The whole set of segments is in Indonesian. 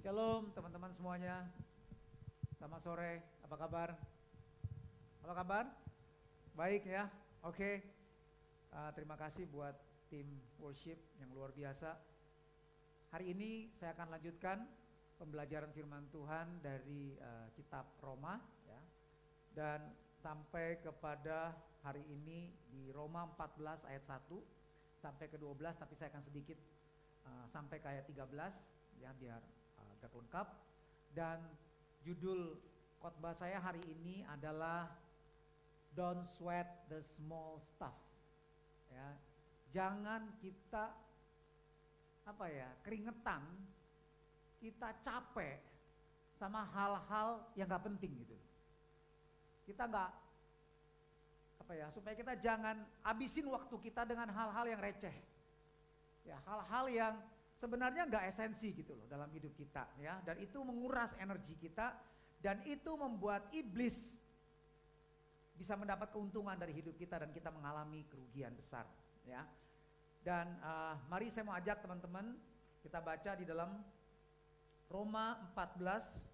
Shalom teman-teman semuanya. Selamat sore, apa kabar? Apa kabar? Baik ya, oke. Terima kasih buat tim worship yang luar biasa. Hari ini saya akan lanjutkan pembelajaran firman Tuhan dari kitab Roma ya. Dan sampai kepada hari ini di Roma 14 ayat 1 sampai ke 12, tapi saya akan sedikit sampai ke ayat 13 ya biar agak lengkap. Dan judul khotbah saya hari ini adalah Don't sweat the small stuff. Ya, jangan kita keringetan, kita capek sama hal-hal yang gak penting gitu. Kita gak supaya kita jangan habisin waktu kita dengan hal-hal yang receh. Ya, hal-hal yang sebenarnya gak esensi gitu loh dalam hidup kita ya. Dan itu menguras energi kita dan itu membuat iblis bisa mendapat keuntungan dari hidup kita dan kita mengalami kerugian besar ya. Dan mari saya mau ajak teman-teman kita baca di dalam Roma 14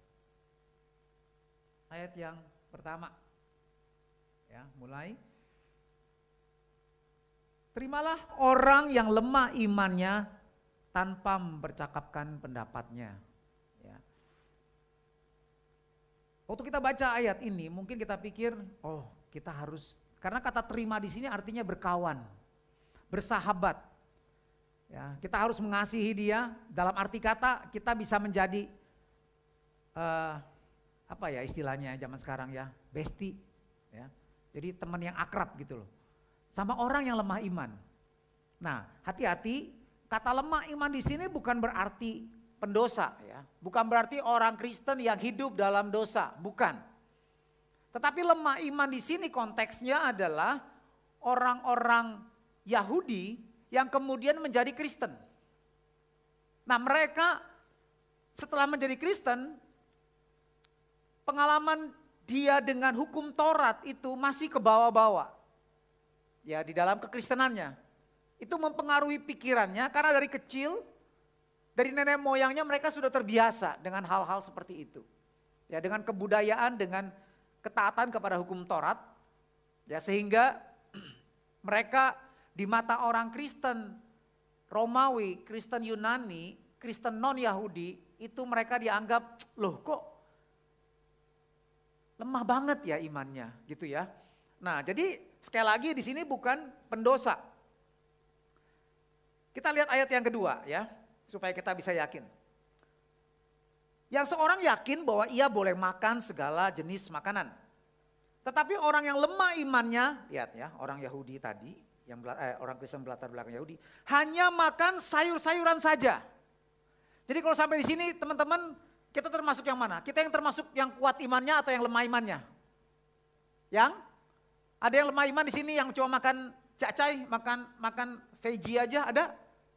ayat yang pertama ya, mulai. Terimalah orang yang lemah imannya tanpa mempercakapkan pendapatnya ya. Waktu kita baca ayat ini mungkin kita pikir, oh kita harus, karena kata terima di sini artinya berkawan, bersahabat. Ya, kita harus mengasihi dia. Dalam arti kata kita bisa menjadi istilahnya zaman sekarang ya, bestie ya. Jadi teman yang akrab gitu loh. Sama orang yang lemah iman. Nah, hati-hati, kata lemah iman di sini bukan berarti pendosa ya. Bukan berarti orang Kristen yang hidup dalam dosa, bukan. Tetapi lemah iman di sini konteksnya adalah orang-orang Yahudi yang kemudian menjadi Kristen. Nah, mereka setelah menjadi Kristen, pengalaman dia dengan hukum Taurat itu masih ke bawah-bawah. Ya, di dalam kekristenannya. Itu mempengaruhi pikirannya karena dari kecil, dari nenek moyangnya mereka sudah terbiasa dengan hal-hal seperti itu. Ya, dengan kebudayaan, dengan ketaatan kepada hukum Taurat. Ya, sehingga mereka di mata orang Kristen Romawi, Kristen Yunani, Kristen non-Yahudi, itu mereka dianggap, loh kok lemah banget ya imannya gitu ya. Nah, jadi sekali lagi di sini bukan pendosa. Kita lihat ayat yang kedua ya, supaya kita bisa yakin. Yang seorang yakin bahwa ia boleh makan segala jenis makanan. Tetapi orang yang lemah imannya, lihat ya, orang Yahudi tadi, orang Kristen berlatar belakang Yahudi, hanya makan sayur-sayuran saja. Jadi kalau sampai di sini teman-teman, kita termasuk yang mana? Kita yang termasuk yang kuat imannya atau yang lemah imannya? Yang? Ada yang lemah iman di sini yang cuma makan cacai, makan veggie aja, ada?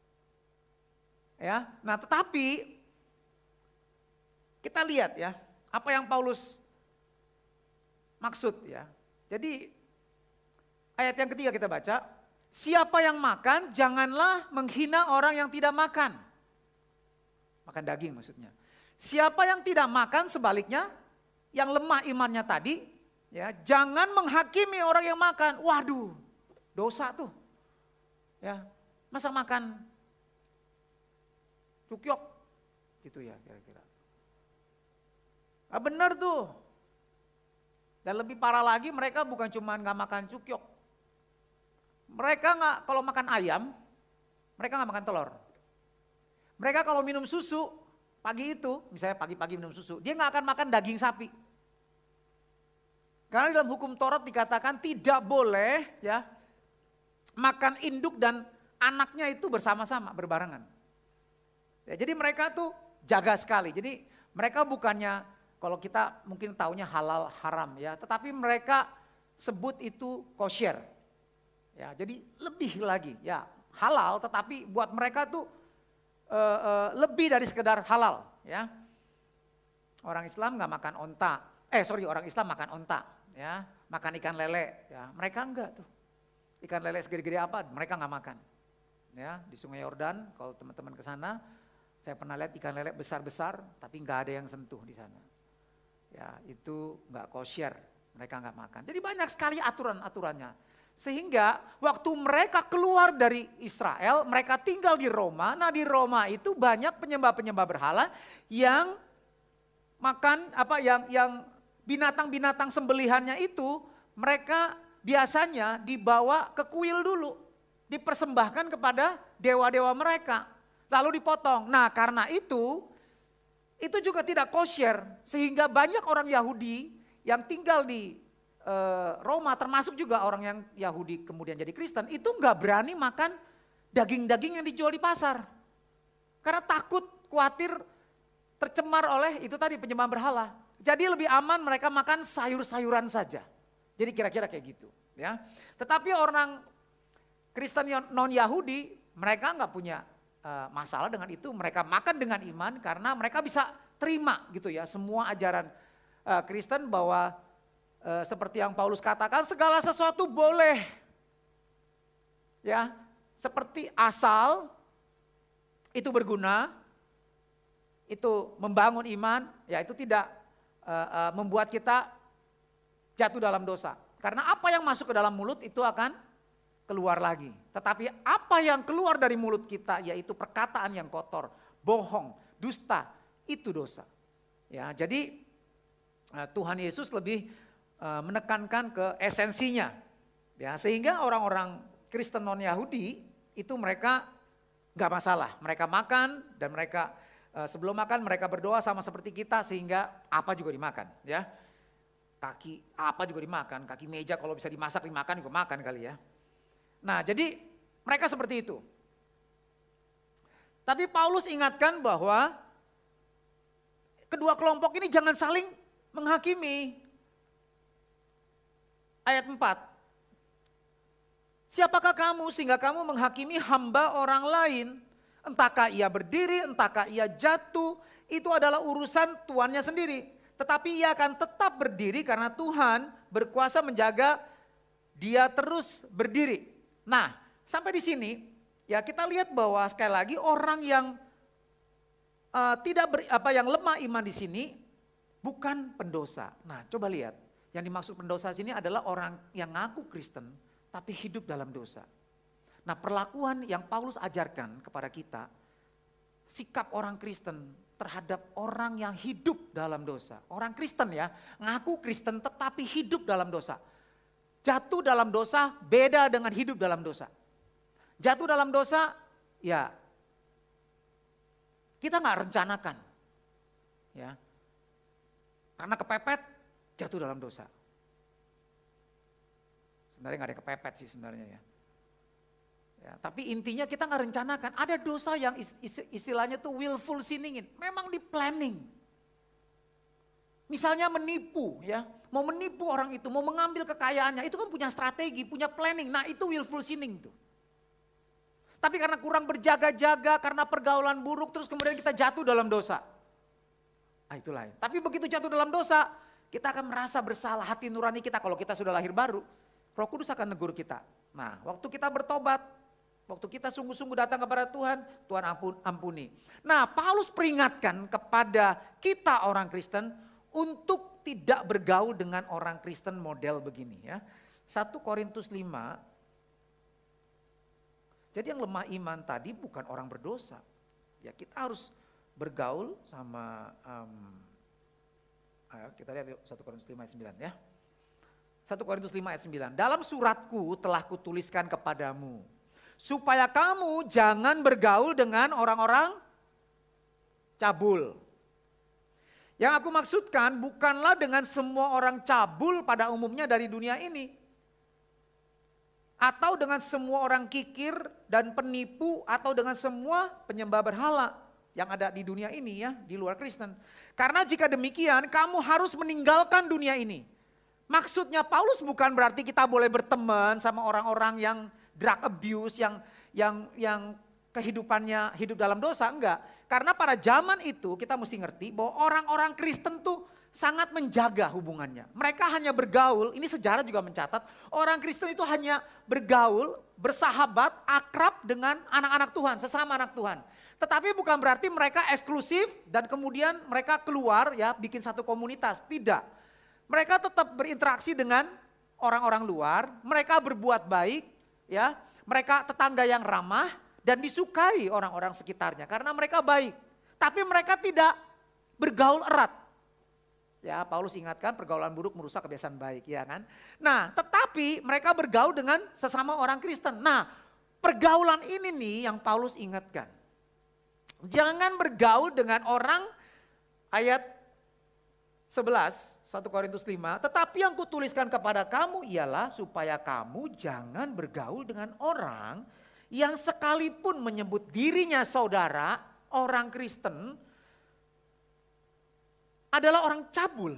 Ya. Nah, tetapi kita lihat ya, apa yang Paulus maksud ya. Jadi ayat yang ketiga kita baca, siapa yang makan janganlah menghina orang yang tidak makan. Makan daging maksudnya. Siapa yang tidak makan sebaliknya, yang lemah imannya tadi, ya, jangan menghakimi orang yang makan. Waduh, dosa tuh. Ya, masa makan cukyok gitu ya kira-kira. Benar tuh. Dan lebih parah lagi mereka bukan cuma nggak makan cukyok. Mereka nggak, kalau makan ayam, mereka nggak makan telur. Mereka kalau minum susu pagi itu, misalnya pagi-pagi minum susu, dia nggak akan makan daging sapi. Karena dalam hukum Taurat dikatakan tidak boleh ya makan induk dan anaknya itu bersama-sama, berbarengan. Ya, jadi mereka tuh jaga sekali. Jadi mereka bukannya, kalau kita mungkin taunya halal haram ya, tetapi mereka sebut itu kosher. Ya, jadi lebih lagi ya halal, tetapi buat mereka tuh lebih dari sekedar halal ya. Orang Islam nggak makan onta, orang Islam makan onta ya, makan ikan lele ya, mereka enggak tuh. Ikan lele segede-gede apa mereka nggak makan. Ya, di Sungai Yordan kalau teman-teman ke sana Saya pernah lihat ikan lele besar-besar tapi nggak ada yang sentuh di sana. Ya, itu nggak kosher, mereka nggak makan. Jadi banyak sekali aturan-aturannya. Sehingga waktu mereka keluar dari Israel, mereka tinggal di Roma. Nah, di Roma itu banyak penyembah-penyembah berhala yang makan yang binatang-binatang sembelihannya itu mereka biasanya dibawa ke kuil dulu, dipersembahkan kepada dewa-dewa mereka, lalu dipotong. Nah, karena itu juga tidak kosher, sehingga banyak orang Yahudi yang tinggal di Roma, termasuk juga orang yang Yahudi kemudian jadi Kristen, itu nggak berani makan daging-daging yang dijual di pasar, karena takut, khawatir tercemar oleh itu tadi penyembahan berhala. Jadi lebih aman mereka makan sayur-sayuran saja. Jadi kira-kira kayak gitu, ya. Tetapi orang Kristen non Yahudi mereka nggak punya masalah dengan itu, mereka makan dengan iman karena mereka bisa terima gitu ya semua ajaran Kristen bahwa seperti yang Paulus katakan segala sesuatu boleh, ya seperti asal itu berguna, itu membangun iman, ya itu tidak membuat kita jatuh dalam dosa. Karena apa yang masuk ke dalam mulut itu akan keluar lagi. Tetapi apa yang keluar dari mulut kita yaitu perkataan yang kotor, bohong, dusta, itu dosa. Ya, jadi Tuhan Yesus lebih menekankan ke esensinya. Ya, sehingga orang-orang Kristen non Yahudi itu mereka gak masalah. Mereka makan dan mereka sebelum makan mereka berdoa sama seperti kita sehingga apa juga dimakan. Ya, kaki apa juga dimakan, kaki meja kalau bisa dimasak dimakan juga makan kali ya. Nah, jadi mereka seperti itu. Tapi Paulus ingatkan bahwa kedua kelompok ini jangan saling menghakimi. Ayat 4. Siapakah kamu sehingga kamu menghakimi hamba orang lain? Entahkah ia berdiri, entahkah ia jatuh, itu adalah urusan tuannya sendiri. Tetapi ia akan tetap berdiri karena Tuhan berkuasa menjaga dia terus berdiri. Nah, sampai di sini ya kita lihat bahwa sekali lagi orang yang yang lemah iman di sini bukan pendosa. Nah, coba lihat. Yang dimaksud pendosa sini adalah orang yang ngaku Kristen tapi hidup dalam dosa. Nah, perlakuan yang Paulus ajarkan kepada kita, sikap orang Kristen terhadap orang yang hidup dalam dosa. Orang Kristen ya, ngaku Kristen tetapi hidup dalam dosa. Jatuh dalam dosa beda dengan hidup dalam dosa. Jatuh dalam dosa ya kita nggak rencanakan. Ya. Karena kepepet jatuh dalam dosa. Sebenarnya nggak ada kepepet sih sebenarnya ya. Ya, tapi intinya kita nggak rencanakan. Ada dosa yang istilahnya tuh willful sinning, memang di planning. Misalnya menipu ya, mau menipu orang itu, mau mengambil kekayaannya, itu kan punya strategi, punya planning. Nah itu willful sinning tuh. Tapi karena kurang berjaga-jaga, karena pergaulan buruk, terus kemudian kita jatuh dalam dosa. Nah itu lain. Tapi begitu jatuh dalam dosa, kita akan merasa bersalah, hati nurani kita kalau kita sudah lahir baru, Roh Kudus akan negur kita. Nah, waktu kita bertobat, waktu kita sungguh-sungguh datang kepada Tuhan, Tuhan ampuni. Nah, Paulus peringatkan kepada kita orang Kristen untuk tidak bergaul dengan orang Kristen model begini ya. 1 Korintus 5. Jadi yang lemah iman tadi bukan orang berdosa. Ya, kita harus bergaul sama kita lihat 1 Korintus 5 ayat 9 ya. 1 Korintus 5 ayat 9. Dalam suratku telah kutuliskan kepadamu supaya kamu jangan bergaul dengan orang-orang cabul. Yang aku maksudkan bukanlah dengan semua orang cabul pada umumnya dari dunia ini. Atau dengan semua orang kikir dan penipu atau dengan semua penyembah berhala yang ada di dunia ini ya, di luar Kristen. Karena jika demikian kamu harus meninggalkan dunia ini. Maksudnya Paulus bukan berarti kita boleh berteman sama orang-orang yang drug abuse, yang kehidupannya hidup dalam dosa, enggak. Karena pada zaman itu kita mesti ngerti bahwa orang-orang Kristen tuh sangat menjaga hubungannya. Mereka hanya bergaul, ini sejarah juga mencatat, orang Kristen itu hanya bergaul, bersahabat, akrab dengan anak-anak Tuhan, sesama anak Tuhan. Tetapi bukan berarti mereka eksklusif dan kemudian mereka keluar ya bikin satu komunitas. Tidak. Mereka tetap berinteraksi dengan orang-orang luar, mereka berbuat baik ya. Mereka tetangga yang ramah dan disukai orang-orang sekitarnya karena mereka baik. Tapi mereka tidak bergaul erat. Ya, Paulus ingatkan pergaulan buruk merusak kebiasaan baik, ya kan? Nah, tetapi mereka bergaul dengan sesama orang Kristen. Nah, pergaulan ini nih yang Paulus ingatkan. Jangan bergaul dengan orang ayat 11, 1 Korintus 5. Tetapi yang kutuliskan kepada kamu ialah supaya kamu jangan bergaul dengan orang yang sekalipun menyebut dirinya saudara, orang Kristen, adalah orang cabul,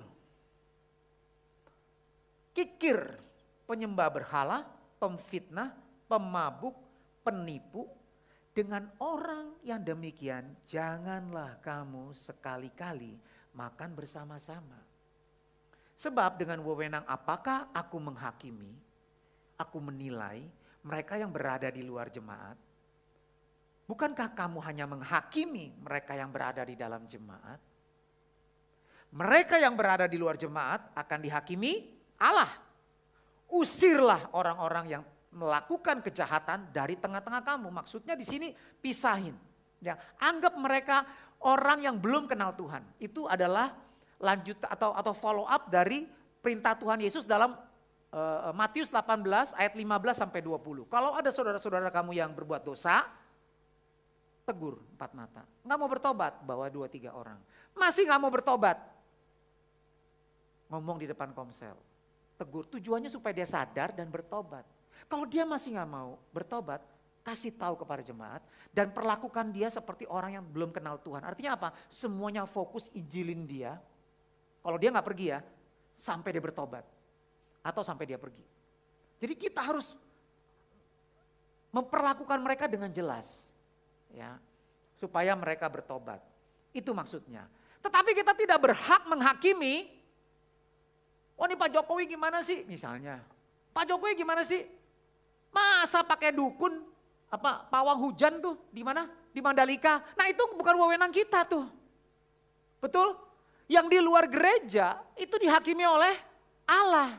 kikir, penyembah berhala, pemfitnah, pemabuk, penipu. Dengan orang yang demikian janganlah kamu sekali-kali makan bersama-sama. Sebab dengan wewenang apakah aku menghakimi, aku menilai mereka yang berada di luar jemaat? Bukankah kamu hanya menghakimi mereka yang berada di dalam jemaat? Mereka yang berada di luar jemaat akan dihakimi Allah. Usirlah orang-orang yang melakukan kejahatan dari tengah-tengah kamu. Maksudnya di sini pisahin. Ya, anggap mereka orang yang belum kenal Tuhan. Itu adalah lanjut atau follow up dari perintah Tuhan Yesus dalam Matius 18 ayat 15 sampai 20. Kalau ada saudara-saudara kamu yang berbuat dosa, tegur 4 mata. Nggak mau bertobat, bawa 2-3 orang. Masih nggak mau bertobat, ngomong di depan komsel. Tegur, tujuannya supaya dia sadar dan bertobat. Kalau dia masih nggak mau bertobat, kasih tahu kepada jemaat dan perlakukan dia seperti orang yang belum kenal Tuhan. Artinya apa? Semuanya fokus injilin dia. Kalau dia nggak pergi ya, sampai dia bertobat atau sampai dia pergi. Jadi kita harus memperlakukan mereka dengan jelas, ya, supaya mereka bertobat. Itu maksudnya. Tetapi kita tidak berhak menghakimi. Oh, ini Pak Jokowi gimana sih? Misalnya, Pak Jokowi gimana sih? Masa pakai dukun, pawang hujan tuh di mana? Di Mandalika. Nah, itu bukan wewenang kita tuh. Betul? Yang di luar gereja itu dihakimi oleh Allah.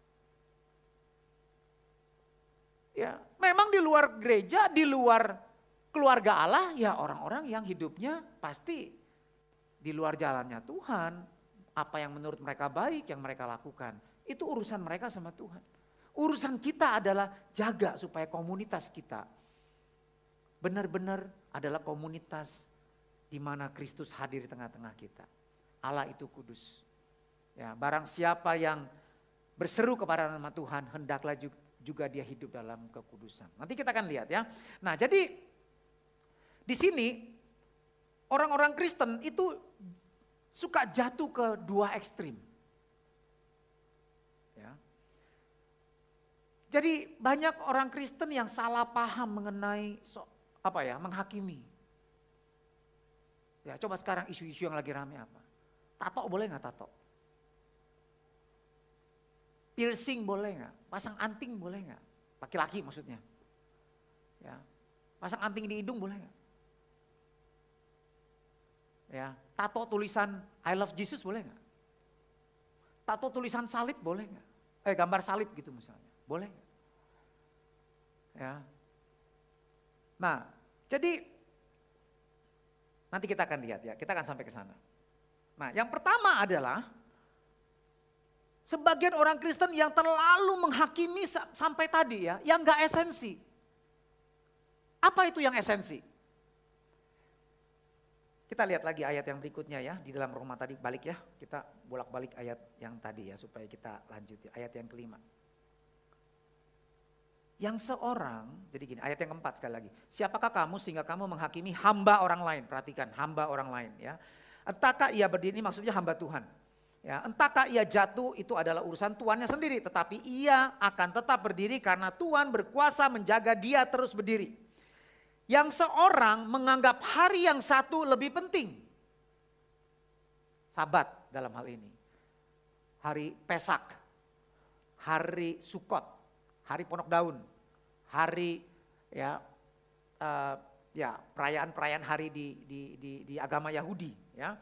Ya, memang di luar gereja, di luar keluarga Allah, ya orang-orang yang hidupnya pasti di luar jalannya Tuhan. Apa yang menurut mereka baik yang mereka lakukan. Itu urusan mereka sama Tuhan. Urusan kita adalah jaga supaya komunitas kita benar-benar adalah komunitas di mana Kristus hadir di tengah-tengah kita. Allah itu kudus. Ya, barang siapa yang berseru kepada nama Tuhan, hendaklah juga dia hidup dalam kekudusan. Nanti kita akan lihat ya. Nah, jadi di sini orang-orang Kristen itu suka jatuh ke dua ekstrim. Ya. Jadi banyak orang Kristen yang salah paham mengenai menghakimi. Ya, coba sekarang isu-isu yang lagi rame apa? Tato boleh nggak tato? Piercing boleh nggak? Pasang anting boleh nggak? Laki-laki maksudnya. Ya, pasang anting di hidung boleh nggak? Ya, tato tulisan I love Jesus boleh nggak? Tato tulisan salib boleh nggak? Gambar salib gitu misalnya, boleh nggak? Ya. Nah, jadi nanti kita akan lihat ya, kita akan sampai ke sana. Nah, yang pertama adalah sebagian orang Kristen yang terlalu menghakimi sampai tadi ya, yang gak esensi. Apa itu yang esensi? Kita lihat lagi ayat yang berikutnya ya, di dalam Roma tadi balik ya, kita bolak-balik ayat yang tadi ya, supaya kita lanjut ya, ayat yang kelima. Yang seorang, jadi gini, ayat yang keempat sekali lagi. Siapakah kamu sehingga kamu menghakimi hamba orang lain? Perhatikan, hamba orang lain ya. Entahkah ia berdiri, maksudnya hamba Tuhan. Ya, entahkah ia jatuh, itu adalah urusan tuannya sendiri. Tetapi ia akan tetap berdiri karena Tuhan berkuasa menjaga dia terus berdiri. Yang seorang menganggap hari yang satu lebih penting. Sabat dalam hal ini. Hari Pesak, hari Sukot, hari Ponok Daun, hari ya ya perayaan-perayaan hari di agama Yahudi ya.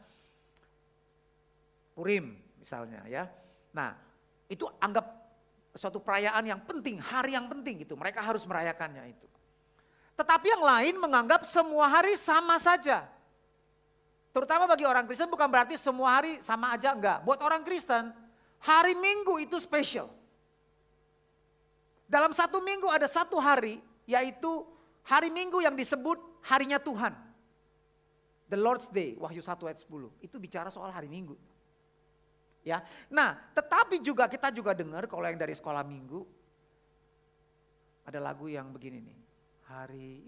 Purim misalnya ya. Nah, itu anggap suatu perayaan yang penting, hari yang penting gitu. Mereka harus merayakannya itu. Tetapi yang lain menganggap semua hari sama saja. Terutama bagi orang Kristen bukan berarti semua hari sama aja, enggak. Buat orang Kristen, hari Minggu itu spesial. Dalam satu minggu ada satu hari, yaitu hari Minggu yang disebut harinya Tuhan. The Lord's Day, Wahyu 1 ayat 10. Itu bicara soal hari Minggu. Ya, nah tetapi juga kita juga dengar kalau yang dari sekolah minggu ada lagu yang begini nih, hari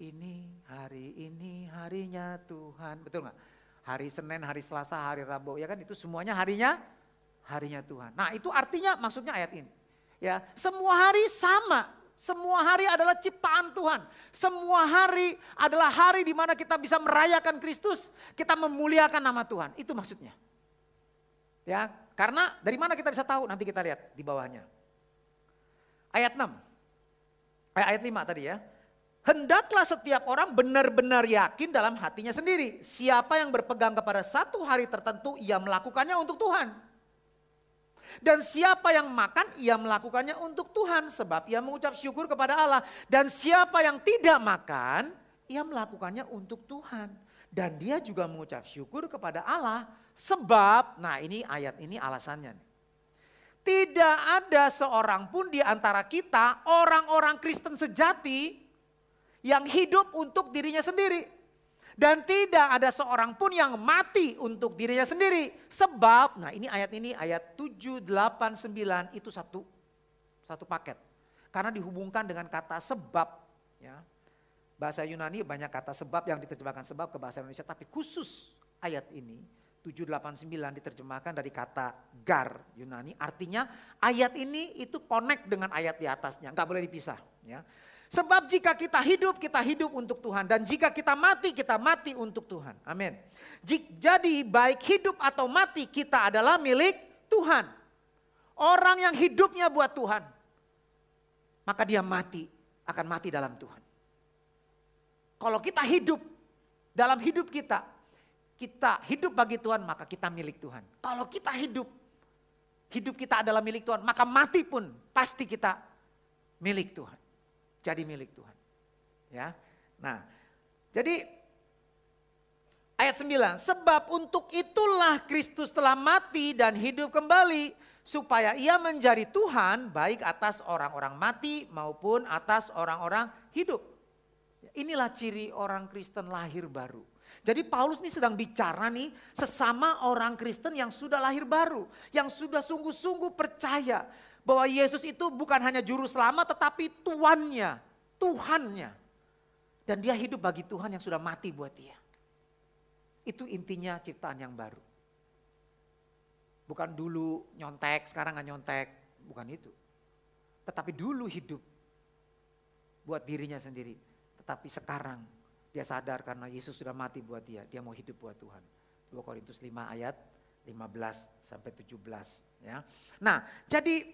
ini harinya Tuhan, betul nggak? Hari Senin, hari Selasa, hari Rabu, ya kan itu semuanya harinya Tuhan. Nah itu artinya maksudnya ayat ini, ya semua hari sama, semua hari adalah ciptaan Tuhan, semua hari adalah hari di mana kita bisa merayakan Kristus, kita memuliakan nama Tuhan, itu maksudnya. Ya, karena dari mana kita bisa tahu? Nanti kita lihat di bawahnya. Ayat 6. Ayat 5 tadi ya. Hendaklah setiap orang benar-benar yakin dalam hatinya sendiri. Siapa yang berpegang kepada satu hari tertentu, ia melakukannya untuk Tuhan. Dan siapa yang makan, ia melakukannya untuk Tuhan. Sebab ia mengucap syukur kepada Allah. Dan siapa yang tidak makan, ia melakukannya untuk Tuhan. Dan dia juga mengucap syukur kepada Allah. Sebab, nah ini ayat ini alasannya. Tidak ada seorang pun di antara kita, orang-orang Kristen sejati, yang hidup untuk dirinya sendiri. Dan tidak ada seorang pun yang mati untuk dirinya sendiri. Sebab, nah ini ayat 7, 8, 9 itu satu paket. Karena dihubungkan dengan kata sebab. Ya. Bahasa Yunani banyak kata sebab yang diterjemahkan sebab ke bahasa Indonesia. Tapi khusus ayat ini 789 diterjemahkan dari kata gar Yunani. Artinya ayat ini itu connect dengan ayat di atasnya. Enggak boleh dipisah. Ya. Sebab jika kita hidup untuk Tuhan. Dan jika kita mati untuk Tuhan. Amin. Jadi baik hidup atau mati kita adalah milik Tuhan. Orang yang hidupnya buat Tuhan. Maka dia akan mati dalam Tuhan. Kalau kita hidup dalam hidup kita hidup bagi Tuhan, maka kita milik Tuhan. Kalau kita hidup kita adalah milik Tuhan, maka mati pun pasti kita milik Tuhan. Jadi milik Tuhan. Ya. Nah, jadi ayat 9, sebab untuk itulah Kristus telah mati dan hidup kembali, supaya ia menjadi Tuhan baik atas orang-orang mati maupun atas orang-orang hidup. Inilah ciri orang Kristen lahir baru. Jadi Paulus ini sedang bicara nih sesama orang Kristen yang sudah lahir baru. Yang sudah sungguh-sungguh percaya bahwa Yesus itu bukan hanya juru selamat tetapi Tuhannya. Dan dia hidup bagi Tuhan yang sudah mati buat dia. Itu intinya ciptaan yang baru. Bukan dulu nyontek, sekarang gak nyontek. Bukan itu. Tetapi dulu hidup buat dirinya sendiri. Tetapi sekarang dia sadar karena Yesus sudah mati buat dia. Dia mau hidup buat Tuhan. 2 Korintus 5 ayat 15 sampai 17. Ya. Nah jadi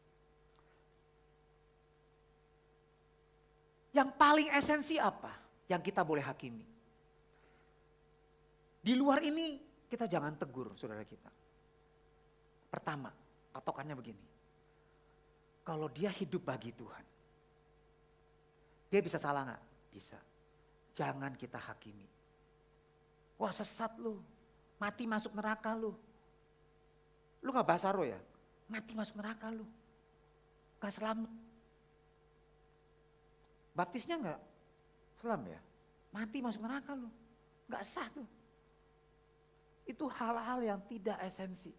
yang paling esensi apa yang kita boleh hakimi? Di luar ini kita jangan tegur saudara kita. Pertama, patokannya begini. Kalau dia hidup bagi Tuhan. Dia bisa salah gak? Bisa. Jangan kita hakimi. Wah sesat lu. Mati masuk neraka lu. Lu gak bahasa roh ya? Mati masuk neraka lu. Gak selamat. Baptisnya gak selam ya? Mati masuk neraka lu. Gak sah tuh. Itu hal-hal yang tidak esensi.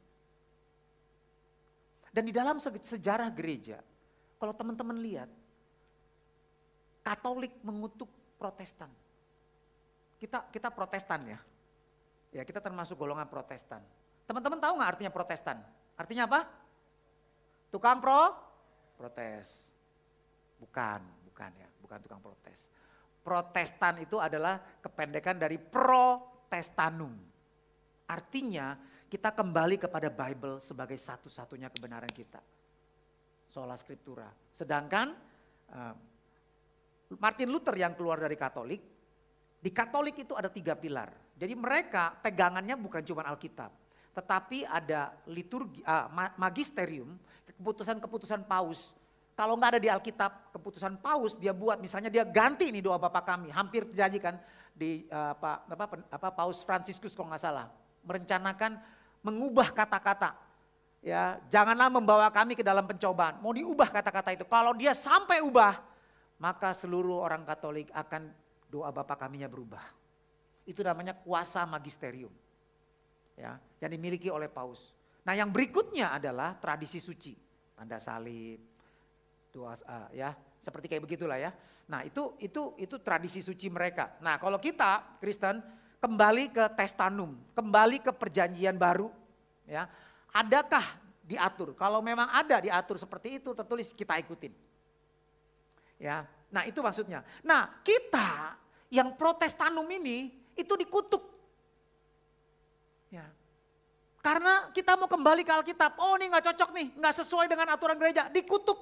Dan di dalam sejarah gereja, kalau teman-teman lihat, Katolik mengutuk Protestan. Kita Protestan ya. Ya kita termasuk golongan Protestan. Teman-teman tahu gak artinya Protestan? Artinya apa? Tukang protes. Bukan ya, bukan tukang protes. Protestan itu adalah kependekan dari Protestanum. Artinya kita kembali kepada Bible sebagai satu-satunya kebenaran kita. Sola Scriptura. Sedangkan Martin Luther yang keluar dari Katolik, Di Katolik itu ada 3 pilar. Jadi mereka pegangannya bukan cuma Alkitab. Tetapi ada liturgi, magisterium, keputusan-keputusan paus. Kalau nggak ada di Alkitab, keputusan paus dia buat, misalnya dia ganti ini doa Bapa Kami. Hampir terjadi kan di Paus Fransiskus kalau nggak salah. Merencanakan mengubah kata-kata. Ya, janganlah membawa kami ke dalam pencobaan. Mau diubah kata-kata itu. Kalau dia sampai ubah, maka seluruh orang Katolik akan doa Bapa Kaminya berubah. Itu namanya kuasa magisterium. Ya, yang dimiliki oleh paus. Nah, yang berikutnya adalah tradisi suci, tanda salib, doa, ya, seperti kayak begitulah ya. Nah, itu tradisi suci mereka. Nah, kalau kita Kristen kembali ke Testanum, kembali ke perjanjian baru, ya. Adakah diatur? Kalau memang ada diatur seperti itu, tertulis, kita ikutin. Ya. Nah, itu maksudnya. Nah, kita yang Protestanum ini itu dikutuk. Ya. Karena kita mau kembali ke Alkitab, oh ini gak cocok nih, gak sesuai dengan aturan gereja, dikutuk.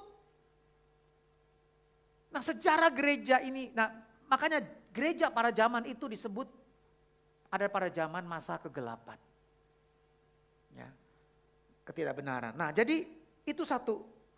Nah, sejarah gereja ini, nah makanya gereja pada zaman itu disebut ada pada zaman masa kegelapan. Ya, ketidakbenaran. Nah, jadi itu satu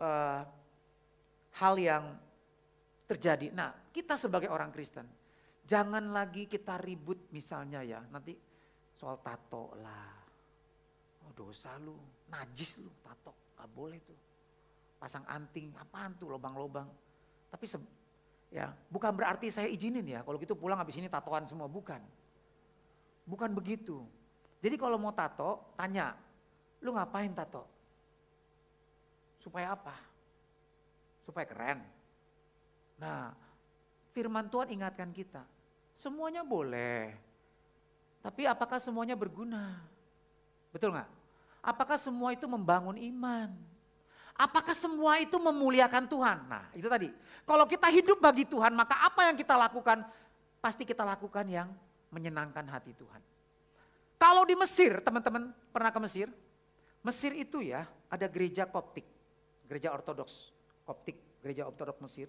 hal yang terjadi. Nah, kita sebagai orang Kristen, jangan lagi kita ribut misalnya ya, nanti soal tato lah. Oh, dosa lu, najis lu, tato, gak boleh tuh. Pasang anting, apaan tuh lobang-lobang. Tapi ya bukan berarti saya izinin ya, kalau gitu pulang habis ini tatoan semua, bukan. Bukan begitu. Jadi kalau mau tato, tanya, lu ngapain tato? Supaya apa? Supaya keren. Nah, firman Tuhan ingatkan kita, semuanya boleh. Tapi apakah semuanya berguna? Betul gak? Apakah semua itu membangun iman? Apakah semua itu memuliakan Tuhan? Nah, itu tadi. Kalau kita hidup bagi Tuhan, maka apa yang kita lakukan? Pasti kita lakukan yang menyenangkan hati Tuhan. Kalau di Mesir, teman-teman pernah ke Mesir? Mesir itu ya ada gereja Koptik, gereja Ortodoks Koptik, gereja Ortodoks Mesir.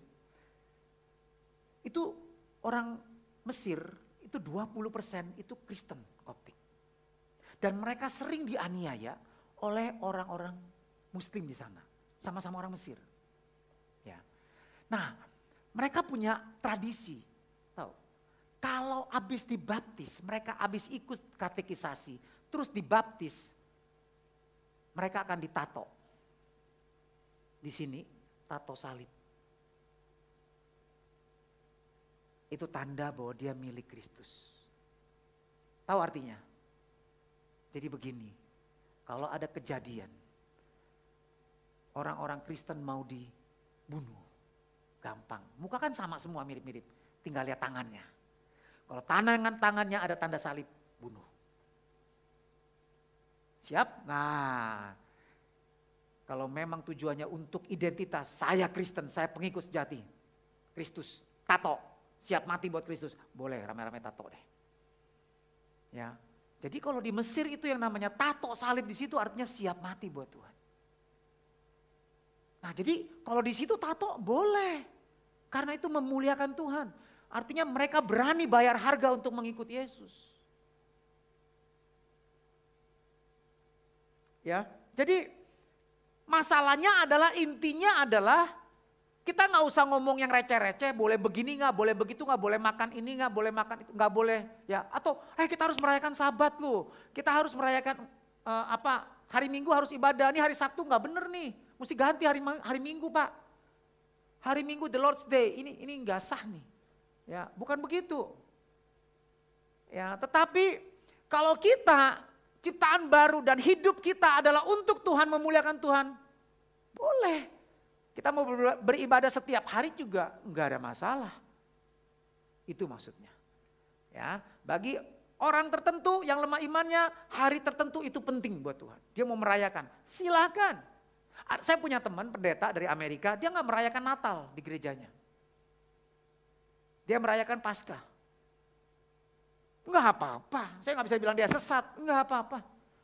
Itu orang Mesir itu 20% itu Kristen Koptik. Dan mereka sering dianiaya oleh orang-orang Muslim di sana. Sama-sama orang Mesir. Ya. Nah, mereka punya tradisi. Tahu? Kalau habis dibaptis, mereka habis ikut katekisasi, terus dibaptis, mereka akan ditato. Di sini tato salib. Itu tanda bahwa dia milik Kristus. Tahu artinya? Jadi begini, kalau ada kejadian, orang-orang Kristen mau dibunuh, gampang. Muka kan sama semua mirip-mirip, tinggal lihat tangannya. Kalau tangannya ada tanda salib, bunuh. Siap? Nah, kalau memang tujuannya untuk identitas, saya Kristen, saya pengikut sejati, Kristus, tato. Siap mati buat Kristus, boleh rame-rame tato deh. Ya, jadi kalau di Mesir itu yang namanya tato salib di situ artinya siap mati buat Tuhan. Nah, jadi kalau di situ tato boleh, karena itu memuliakan Tuhan. Artinya mereka berani bayar harga untuk mengikuti Yesus. Ya, jadi masalahnya adalah intinya adalah kita nggak usah ngomong yang receh-receh, boleh begini nggak, boleh begitu nggak, boleh makan ini nggak, boleh makan itu nggak boleh, ya. Atau, kita harus merayakan Sabat loh, kita harus merayakan hari Minggu harus ibadah, nih hari Sabtu nggak bener nih, mesti ganti hari Minggu Pak, hari Minggu the Lord's Day, ini nggak sah nih, ya. Bukan begitu, ya. Tetapi kalau kita ciptaan baru dan hidup kita adalah untuk Tuhan, memuliakan Tuhan, boleh. Kita mau beribadah setiap hari juga enggak ada masalah. Itu maksudnya. Ya, bagi orang tertentu yang lemah imannya, hari tertentu itu penting buat Tuhan. Dia mau merayakan, silakan. Saya punya teman pendeta dari Amerika, dia nggak merayakan Natal di gerejanya. Dia merayakan Paskah. Enggak apa-apa, saya nggak bisa bilang dia sesat, enggak apa-apa.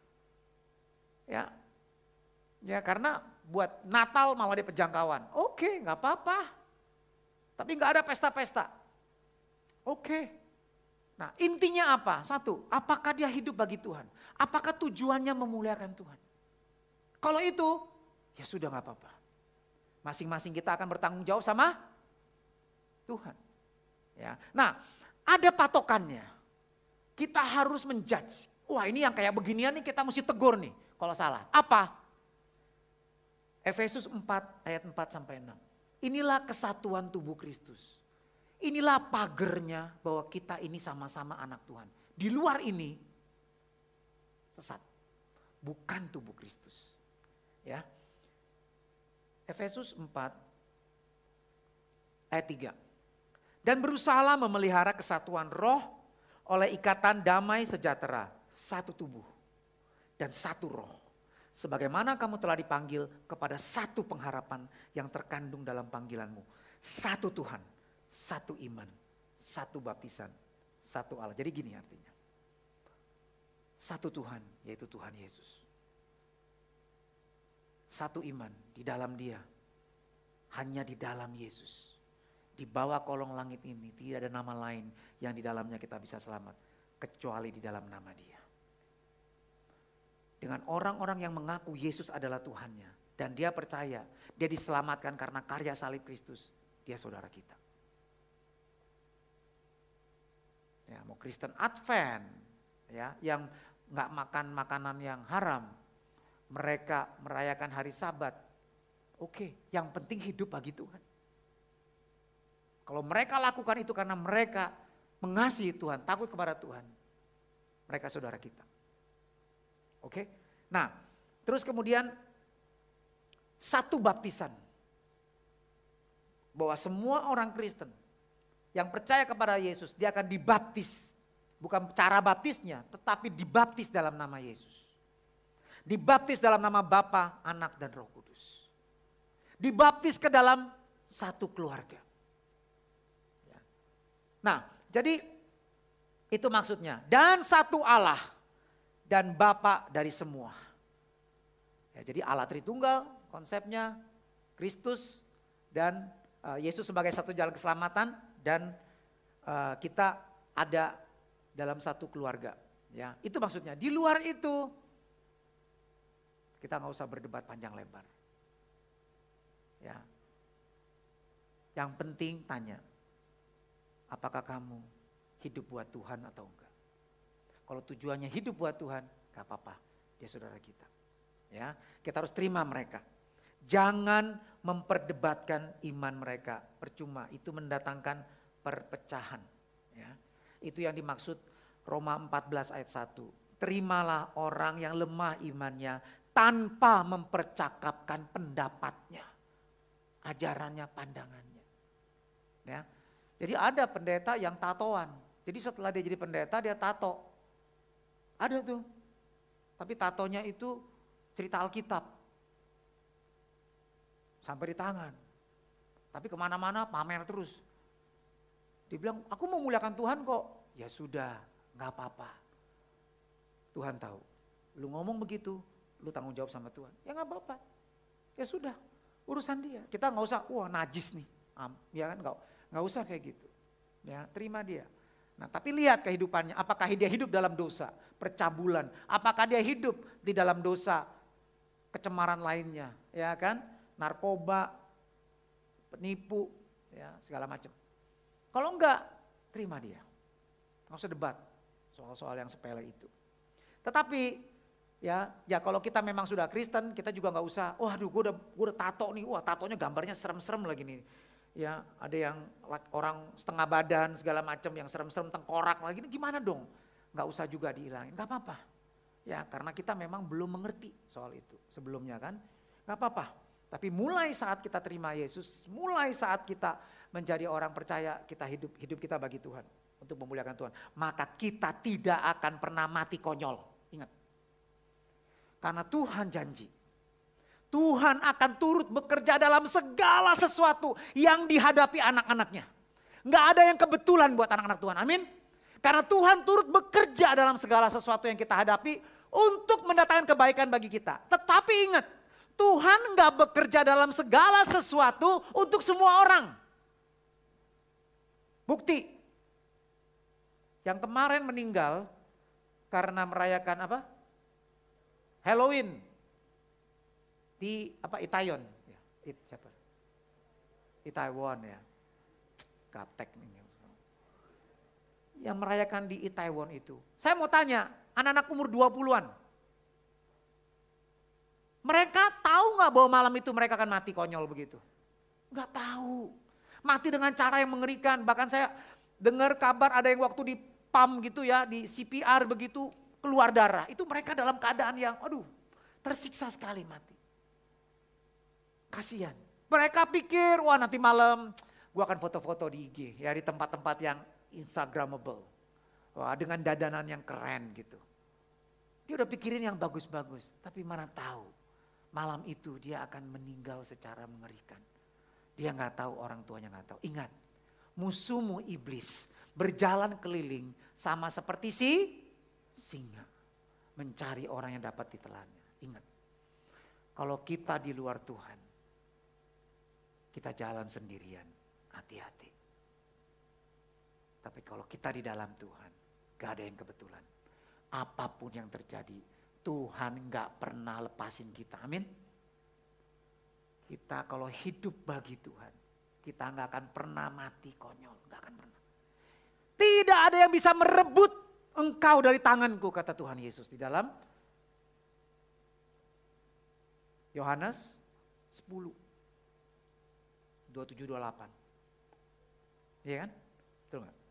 Ya karena buat Natal malah dia pejangkauan. Oke, nggak apa-apa. Tapi nggak ada pesta-pesta. Oke. Nah, intinya apa? Satu, apakah dia hidup bagi Tuhan? Apakah tujuannya memuliakan Tuhan? Kalau itu, ya sudah gak apa-apa. Masing-masing kita akan bertanggung jawab sama Tuhan. Ya. Nah, ada patokannya. Kita harus menjudge. Wah, ini yang kayak beginian nih kita mesti tegur nih kalau salah. Apa? Efesus 4 ayat 4 sampai 6. Inilah kesatuan tubuh Kristus. Inilah pagernya bahwa kita ini sama-sama anak Tuhan. Di luar ini sesat. Bukan tubuh Kristus. Ya. Efesus 4 ayat 3. Dan berusahalah memelihara kesatuan roh oleh ikatan damai sejahtera. Satu tubuh dan satu roh. Sebagaimana kamu telah dipanggil kepada satu pengharapan yang terkandung dalam panggilanmu. Satu Tuhan, satu iman, satu baptisan, satu Allah. Jadi gini artinya. Satu Tuhan, yaitu Tuhan Yesus. Satu iman di dalam Dia. Hanya di dalam Yesus. Di bawah kolong langit ini tidak ada nama lain yang di dalamnya kita bisa selamat. Kecuali di dalam nama Dia. Dengan orang-orang yang mengaku Yesus adalah Tuhannya. Dan dia percaya, dia diselamatkan karena karya salib Kristus. Dia saudara kita. Ya, mau Kristen Advent, ya, yang gak makan makanan yang haram. Mereka merayakan hari Sabat. Oke, yang penting hidup bagi Tuhan. Kalau mereka lakukan itu karena mereka mengasihi Tuhan, takut kepada Tuhan. Mereka saudara kita. Oke, nah terus kemudian satu baptisan. Bahwa semua orang Kristen yang percaya kepada Yesus, dia akan dibaptis. Bukan cara baptisnya, tetapi dibaptis dalam nama Yesus. Dibaptis dalam nama Bapa, Anak dan Roh Kudus. Dibaptis ke dalam satu keluarga. Nah, jadi itu maksudnya. Dan satu Allah dan Bapa dari semua. Ya, jadi Allah Tritunggal konsepnya, Kristus dan Yesus sebagai satu jalan keselamatan dan kita ada dalam satu keluarga. Ya, itu maksudnya. Di luar itu kita nggak usah berdebat panjang lebar. Ya, yang penting tanya, apakah kamu hidup buat Tuhan atau enggak? Kalau tujuannya hidup buat Tuhan, gak apa-apa, dia saudara kita. Ya, kita harus terima mereka. Jangan memperdebatkan iman mereka, percuma. Itu mendatangkan perpecahan. Ya, itu yang dimaksud Roma 14 ayat 1. Terimalah orang yang lemah imannya tanpa mempercakapkan pendapatnya, ajarannya, pandangannya. Ya, jadi ada pendeta yang tatoan. Jadi setelah dia jadi pendeta dia tato. Ada tuh. Tapi tatonya itu cerita Alkitab. Sampai di tangan. Tapi kemana-mana pamer terus. Dia bilang, aku mau muliakan Tuhan kok. Ya sudah, gak apa-apa. Tuhan tahu. Lu ngomong begitu, lu tanggung jawab sama Tuhan. Ya gak apa-apa. Ya sudah, urusan dia. Kita gak usah, wah najis nih. Ya kan, gak usah kayak gitu. Ya, terima dia. Nah, tapi lihat kehidupannya, apakah dia hidup dalam dosa, percabulan, apakah dia hidup di dalam dosa, kecemaran lainnya, ya kan, narkoba, penipu, ya segala macam. Kalau enggak, terima dia, nggak usah debat soal-soal yang sepele itu. Tetapi ya kalau kita memang sudah Kristen, kita juga nggak usah, waduh gue udah tato nih, wah tatonya gambarnya serem-serem lagi nih. Ya, ada yang orang setengah badan segala macam yang serem-serem tengkorak lagi, gimana dong? Gak usah juga dihilangin, gak apa-apa. Ya, karena kita memang belum mengerti soal itu sebelumnya kan. Gak apa-apa. Tapi mulai saat kita terima Yesus, mulai saat kita menjadi orang percaya, kita hidup kita bagi Tuhan untuk memuliakan Tuhan, maka kita tidak akan pernah mati konyol. Ingat. Karena Tuhan janji. Tuhan akan turut bekerja dalam segala sesuatu yang dihadapi anak-anaknya. Nggak ada yang kebetulan buat anak-anak Tuhan, amin. Karena Tuhan turut bekerja dalam segala sesuatu yang kita hadapi untuk mendatangkan kebaikan bagi kita. Tetapi ingat, Tuhan nggak bekerja dalam segala sesuatu untuk semua orang. Bukti, Yang kemarin meninggal karena merayakan apa? Halloween di Itaewon. Ya, siapa? Itaewon ya. Gaptek nih. Yang merayakan di Itaewon itu. Saya mau tanya, anak-anak umur 20-an. Mereka tahu gak bahwa malam itu mereka akan mati konyol begitu? Gak tahu. Mati dengan cara yang mengerikan. Bahkan saya dengar kabar ada yang waktu di PAM gitu ya, di CPR begitu keluar darah. Itu mereka dalam keadaan yang aduh tersiksa sekali mati. Kasihan. Mereka pikir wah nanti malam gua akan foto-foto di IG ya di tempat-tempat yang Instagramable. Wah, dengan dadanan yang keren gitu. Dia udah pikirin yang bagus-bagus. Tapi mana tahu malam itu dia akan meninggal secara mengerikan. Dia gak tahu, orang tuanya gak tahu. Ingat, musuhmu iblis berjalan keliling sama seperti si singa. Mencari orang yang dapat ditelannya. Ingat, kalau kita di luar Tuhan, kita jalan sendirian. Hati-hati. Tapi kalau kita di dalam Tuhan, gak ada yang kebetulan. Apapun yang terjadi, Tuhan gak pernah lepasin kita. Amin. Kita kalau hidup bagi Tuhan, kita gak akan pernah mati konyol. Gak akan pernah. Tidak ada yang bisa merebut engkau dari tanganku, kata Tuhan Yesus di dalam Yohanes 10, 27-28. Iya kan? Betul gak?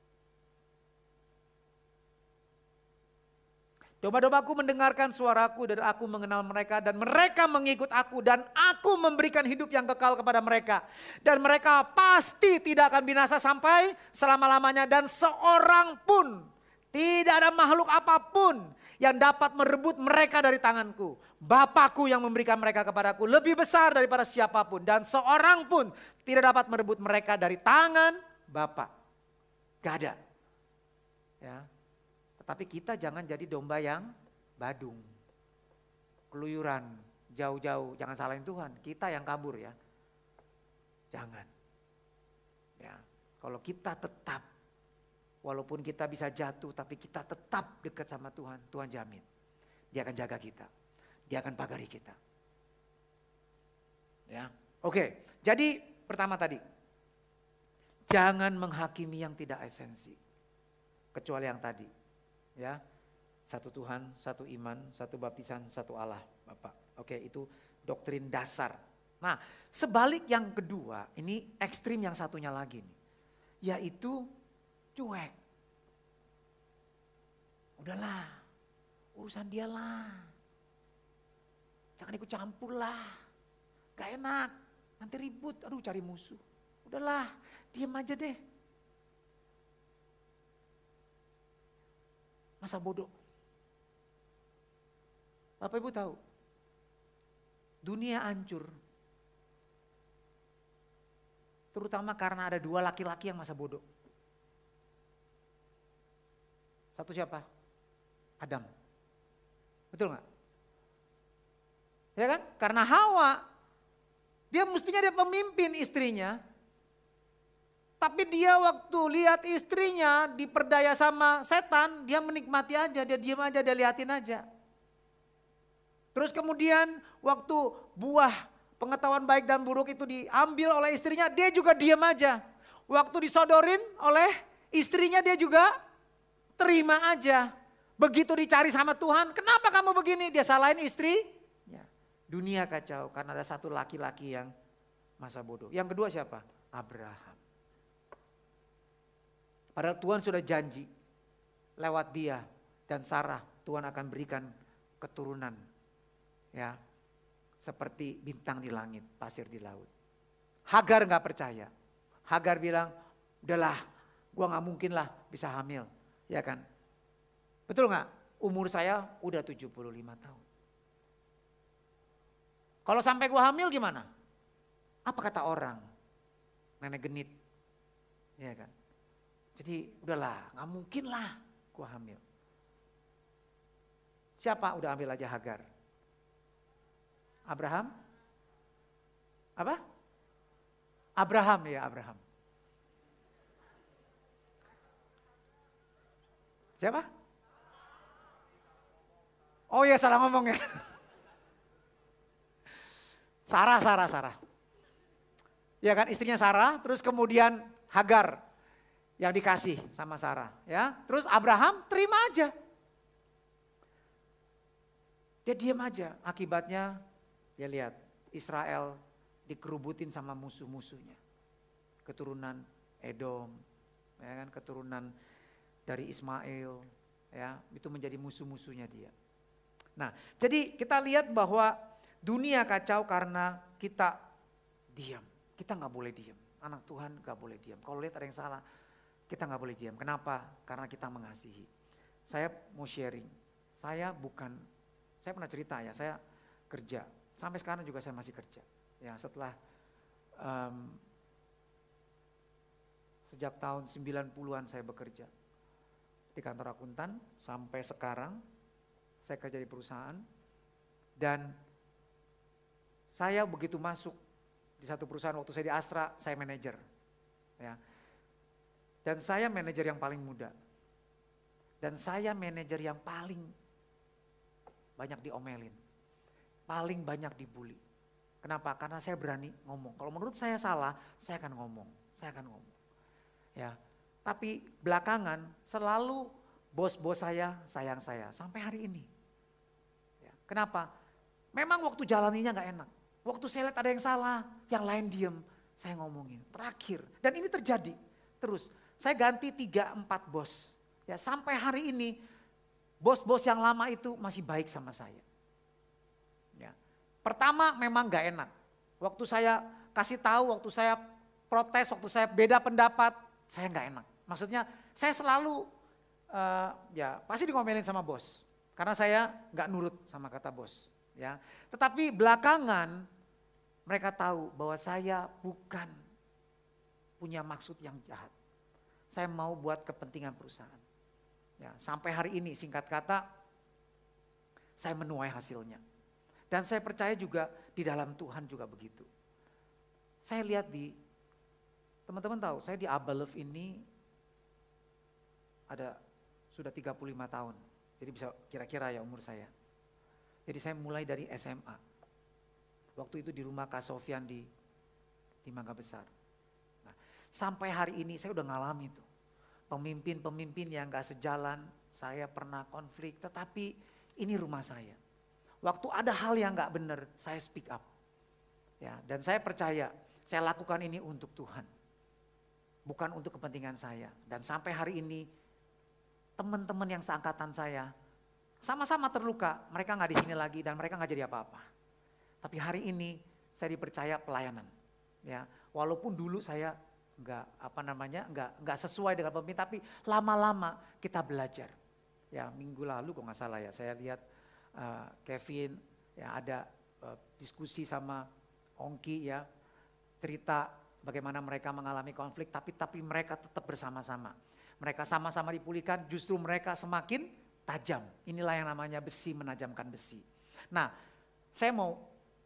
Domba-dombaku mendengarkan suaraku dan aku mengenal mereka dan mereka mengikut aku dan aku memberikan hidup yang kekal kepada mereka. Dan mereka pasti tidak akan binasa sampai selama-lamanya dan seorang pun, tidak ada makhluk apapun yang dapat merebut mereka dari tanganku. Bapakku yang memberikan mereka kepadaku lebih besar daripada siapapun dan seorang pun tidak dapat merebut mereka dari tangan Bapa. Gak ada. Ya. Tapi kita jangan jadi domba yang badung, keluyuran, jauh-jauh. Jangan salahin Tuhan, kita yang kabur ya. Jangan. Ya, kalau kita tetap, walaupun kita bisa jatuh, tapi kita tetap dekat sama Tuhan, Tuhan jamin. Dia akan jaga kita, dia akan pagari kita. Ya, oke. Jadi pertama tadi, jangan menghakimi yang tidak esensi, kecuali yang tadi. Ya, satu Tuhan, satu iman, satu baptisan, satu Allah, Bapak. Oke, itu doktrin dasar. Nah, sebalik yang kedua, ini ekstrim yang satunya lagi nih, yaitu cuek. Udahlah, urusan dia lah. Jangan ikut campur lah. Gak enak, nanti ribut, aduh cari musuh. Udahlah, diem aja deh. Masa bodoh. Bapak Ibu tahu, dunia hancur. Terutama karena ada dua laki-laki yang masa bodoh. Satu siapa? Adam. Betul gak? Ya kan? Karena Hawa, dia mestinya dia pemimpin istrinya. Tapi dia waktu lihat istrinya diperdaya sama setan, dia menikmati aja, dia diam aja, dia liatin aja. Terus kemudian waktu buah pengetahuan baik dan buruk itu diambil oleh istrinya, dia juga diam aja. Waktu disodorin oleh istrinya dia juga terima aja. Begitu dicari sama Tuhan, kenapa kamu begini? Dia salahin istri. Ya, dunia kacau karena ada satu laki-laki yang masa bodoh. Yang kedua siapa? Abraham. Padahal Tuhan sudah janji lewat dia dan Sarah Tuhan akan berikan keturunan ya seperti bintang di langit, pasir di laut. Hagar gak percaya. Hagar bilang, udahlah gua gak mungkin lah bisa hamil. Ya kan? Betul gak? Umur saya udah 75 tahun. Kalau sampai gua hamil gimana? Apa kata orang? Nenek genit. Ya kan? Jadi udahlah, gak mungkin lah gua hamil. Siapa udah ambil aja Hagar? Abraham? Apa? Abraham ya, Abraham. Siapa? Oh iya salah ngomong ya. Sarah. Ya kan istrinya Sarah, terus kemudian Hagar yang dikasih sama Sarah. Ya, terus Abraham terima aja. Dia diam aja, akibatnya dia lihat Israel dikerubutin sama musuh-musuhnya. Keturunan Edom, ya kan, keturunan dari Ismail, ya, itu menjadi musuh-musuhnya dia. Nah, jadi kita lihat bahwa dunia kacau karena kita diam. Kita nggak boleh diam. Anak Tuhan nggak boleh diam. Kalau lihat ada yang salah, kita nggak boleh diam. Kenapa? Karena kita mengasihi. Saya mau sharing. Saya pernah cerita ya, saya kerja. Sampai sekarang juga saya masih kerja. Ya, setelah sejak tahun 90-an saya bekerja di kantor akuntan sampai sekarang saya kerja di perusahaan dan saya begitu masuk di satu perusahaan waktu saya di Astra, saya manajer. Ya. Dan saya manajer yang paling muda. Dan saya manajer yang paling banyak diomelin. Paling banyak dibully. Kenapa? Karena saya berani ngomong. Kalau menurut saya salah, saya akan ngomong. Ya. Tapi belakangan selalu bos-bos saya sayang saya sampai hari ini. Ya. Kenapa? Memang waktu jalaninya gak enak. Waktu saya lihat ada yang salah, yang lain diem, saya ngomongin. Terakhir, dan ini terjadi terus. Saya ganti 3-4 bos. Ya, sampai hari ini bos-bos yang lama itu masih baik sama saya. Ya. Pertama memang gak enak. Waktu saya kasih tahu, waktu saya protes, waktu saya beda pendapat, saya gak enak. Maksudnya saya selalu ya pasti dikomelin sama bos. Karena saya gak nurut sama kata bos. Ya. Tetapi belakangan mereka tahu bahwa saya bukan punya maksud yang jahat. Saya mau buat kepentingan perusahaan. Ya, sampai hari ini singkat kata saya menuai hasilnya. Dan saya percaya juga di dalam Tuhan juga begitu. Saya lihat teman-teman tahu saya di Abalove ini ada sudah 35 tahun. Jadi bisa kira-kira ya umur saya. Jadi saya mulai dari SMA. Waktu itu di rumah Kak Sofyan di Mangga Besar. Nah, sampai hari ini saya udah ngalami tuh. Pemimpin-pemimpin yang gak sejalan, saya pernah konflik, tetapi ini rumah saya. Waktu ada hal yang gak benar, saya speak up. Ya, dan saya percaya, saya lakukan ini untuk Tuhan. Bukan untuk kepentingan saya. Dan sampai hari ini, teman-teman yang seangkatan saya, sama-sama terluka, mereka gak di sini lagi dan mereka gak jadi apa-apa. Tapi hari ini, saya dipercaya pelayanan. Ya, walaupun dulu saya nggak sesuai dengan pemimpin, tapi lama-lama kita belajar. Ya, minggu lalu kok nggak salah ya, saya lihat Kevin ya ada diskusi sama Ongki ya, cerita bagaimana mereka mengalami konflik, tapi mereka tetap bersama-sama. Mereka sama-sama dipulihkan, justru mereka semakin tajam. Inilah yang namanya besi menajamkan besi. Nah, saya mau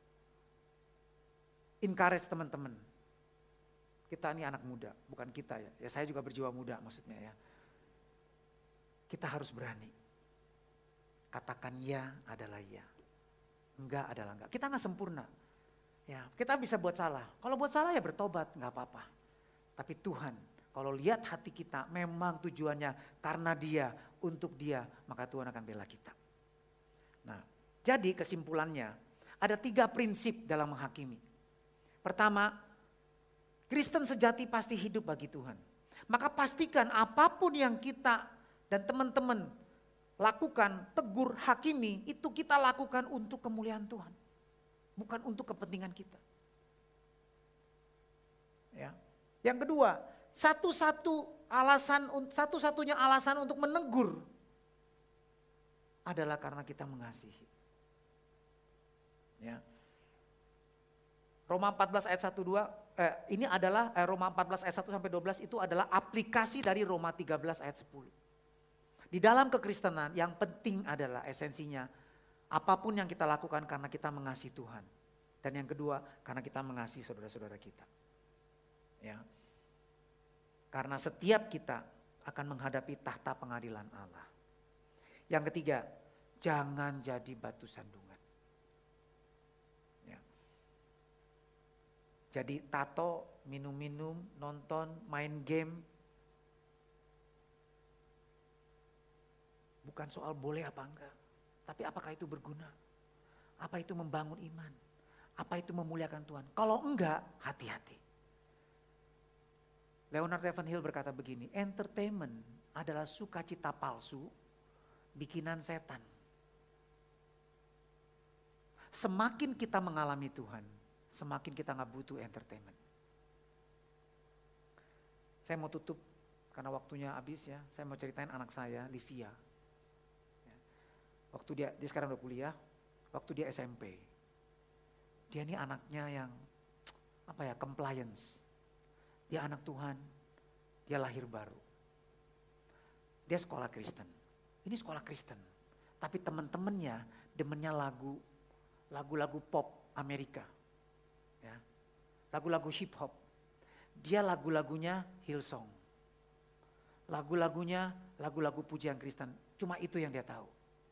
encourage teman-teman. Kita ini anak muda, bukan kita ya. Ya saya juga berjiwa muda maksudnya ya. Kita harus berani. Katakan ya adalah ya. Enggak adalah enggak. Kita enggak sempurna. Ya, kita bisa buat salah. Kalau buat salah ya bertobat, enggak apa-apa. Tapi Tuhan, kalau lihat hati kita memang tujuannya karena Dia, untuk Dia, maka Tuhan akan bela kita. Nah, jadi kesimpulannya ada 3 prinsip dalam menghakimi. Pertama, Kristen sejati pasti hidup bagi Tuhan. Maka pastikan apapun yang kita dan teman-teman lakukan, tegur, hakimi, itu kita lakukan untuk kemuliaan Tuhan. Bukan untuk kepentingan kita. Ya. Yang kedua, satu-satunya alasan untuk menegur adalah karena kita mengasihi. Ya. Roma 14 ayat 1-2 ini adalah Roma 14 ayat 1 sampai 12 itu adalah aplikasi dari Roma 13 ayat 10. Di dalam kekristenan yang penting adalah esensinya apapun yang kita lakukan karena kita mengasihi Tuhan. Dan yang kedua karena kita mengasihi saudara-saudara kita. Ya. Karena setiap kita akan menghadapi tahta pengadilan Allah. Yang ketiga, jangan jadi batu sandungan. Ya. Jadi tato, minum-minum, nonton, main game. Bukan soal boleh apa enggak. Tapi apakah itu berguna? Apa itu membangun iman? Apa itu memuliakan Tuhan? Kalau enggak, hati-hati. Leonard Ravenhill berkata begini, entertainment adalah sukacita palsu bikinan setan. Semakin kita mengalami Tuhan, semakin kita gak butuh entertainment. Saya mau tutup karena waktunya habis ya. Saya mau ceritain anak saya, Livia. Waktu dia sekarang udah kuliah, waktu dia SMP. Dia ini anaknya yang compliance. Dia anak Tuhan, dia lahir baru. Dia sekolah Kristen. Ini sekolah Kristen, tapi teman-temannya demennya lagu-lagu pop Amerika, ya, lagu-lagu hip hop. Dia lagu-lagunya Hillsong, lagu-lagunya lagu-lagu pujian Kristen. Cuma itu yang dia tahu.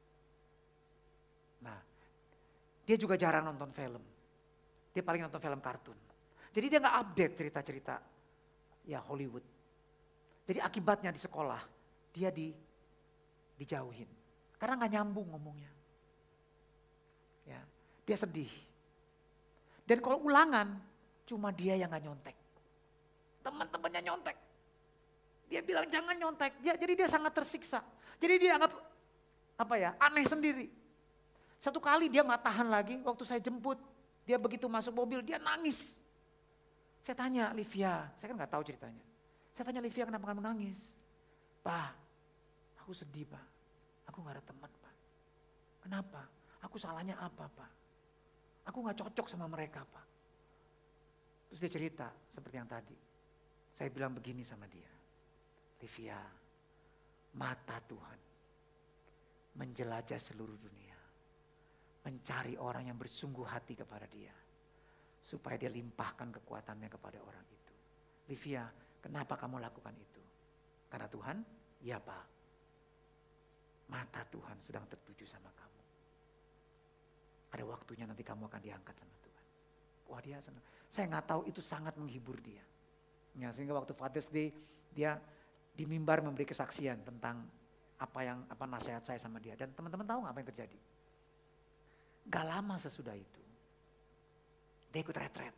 Nah, dia juga jarang nonton film. Dia paling nonton film kartun. Jadi dia nggak update cerita-cerita ya Hollywood. Jadi akibatnya di sekolah dia dijauhin. Karena gak nyambung ngomongnya. Ya, dia sedih. Dan kalau ulangan, cuma dia yang gak nyontek. Teman-temannya nyontek. Dia bilang jangan nyontek. Jadi dia sangat tersiksa. Jadi dia anggap aneh sendiri. Satu kali dia gak tahan lagi, waktu saya jemput. Dia begitu masuk mobil, dia nangis. Saya tanya Livia, saya kan gak tahu ceritanya. Saya tanya Livia, kenapa kamu nangis? Pak, aku sedih Pak, aku gak ada teman Pak. Kenapa? Aku salahnya apa Pak? Aku gak cocok sama mereka Pak. Terus dia cerita seperti yang tadi. Saya bilang begini sama dia. Livia, mata Tuhan menjelajah seluruh dunia. Mencari orang yang bersungguh hati kepada dia. Supaya dia limpahkan kekuatannya kepada orang itu. Livia, kenapa kamu lakukan itu? Karena Tuhan? Ya Pak. Mata Tuhan sedang tertuju sama kamu. Ada waktunya nanti kamu akan diangkat sama Tuhan. Wah dia senang. Saya gak tahu itu sangat menghibur dia. Ya, sehingga waktu Father's Day dia di mimbar memberi kesaksian tentang apa nasihat saya sama dia. Dan teman-teman tahu gak apa yang terjadi? Gak lama sesudah itu. Dia ikut retret.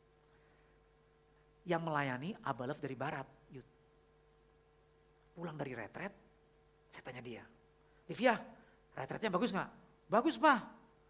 Yang melayani Abalef dari barat. Youth. Pulang dari retret, saya tanya dia. Livia, retretnya bagus gak? Bagus Pak.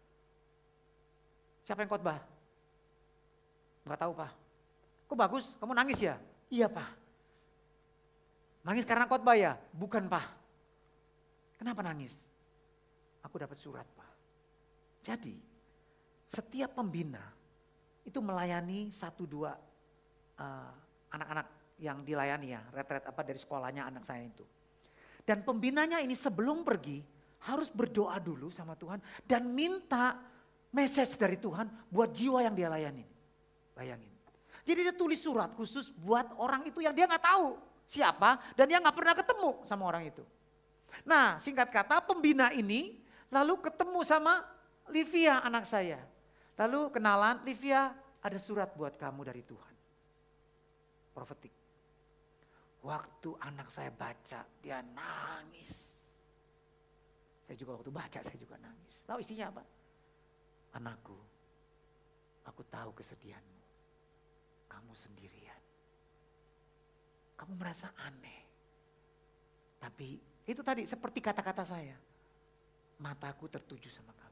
Siapa yang khotbah? Gak tahu Pak. Kok bagus? Kamu nangis ya? Iya Pak. Nangis karena khotbah ya? Bukan Pak. Kenapa nangis? Aku dapat surat Pak. Jadi setiap pembina itu melayani 1-2 anak-anak yang dilayani ya, retret dari sekolahnya anak saya itu. Dan pembinanya ini sebelum pergi harus berdoa dulu sama Tuhan dan minta message dari Tuhan buat jiwa yang dia layani. Bayangin. Jadi dia tulis surat khusus buat orang itu yang dia gak tahu siapa dan dia gak pernah ketemu sama orang itu. Nah singkat kata pembina ini lalu ketemu sama Livia anak saya. Lalu kenalan, Livia ada surat buat kamu dari Tuhan. Profetik. Waktu anak saya baca, dia nangis. Saya juga waktu baca, saya juga nangis. Tahu isinya apa? Anakku, aku tahu kesedihanmu. Kamu sendirian. Kamu merasa aneh. Tapi itu tadi seperti kata-kata saya. Mataku tertuju sama kamu.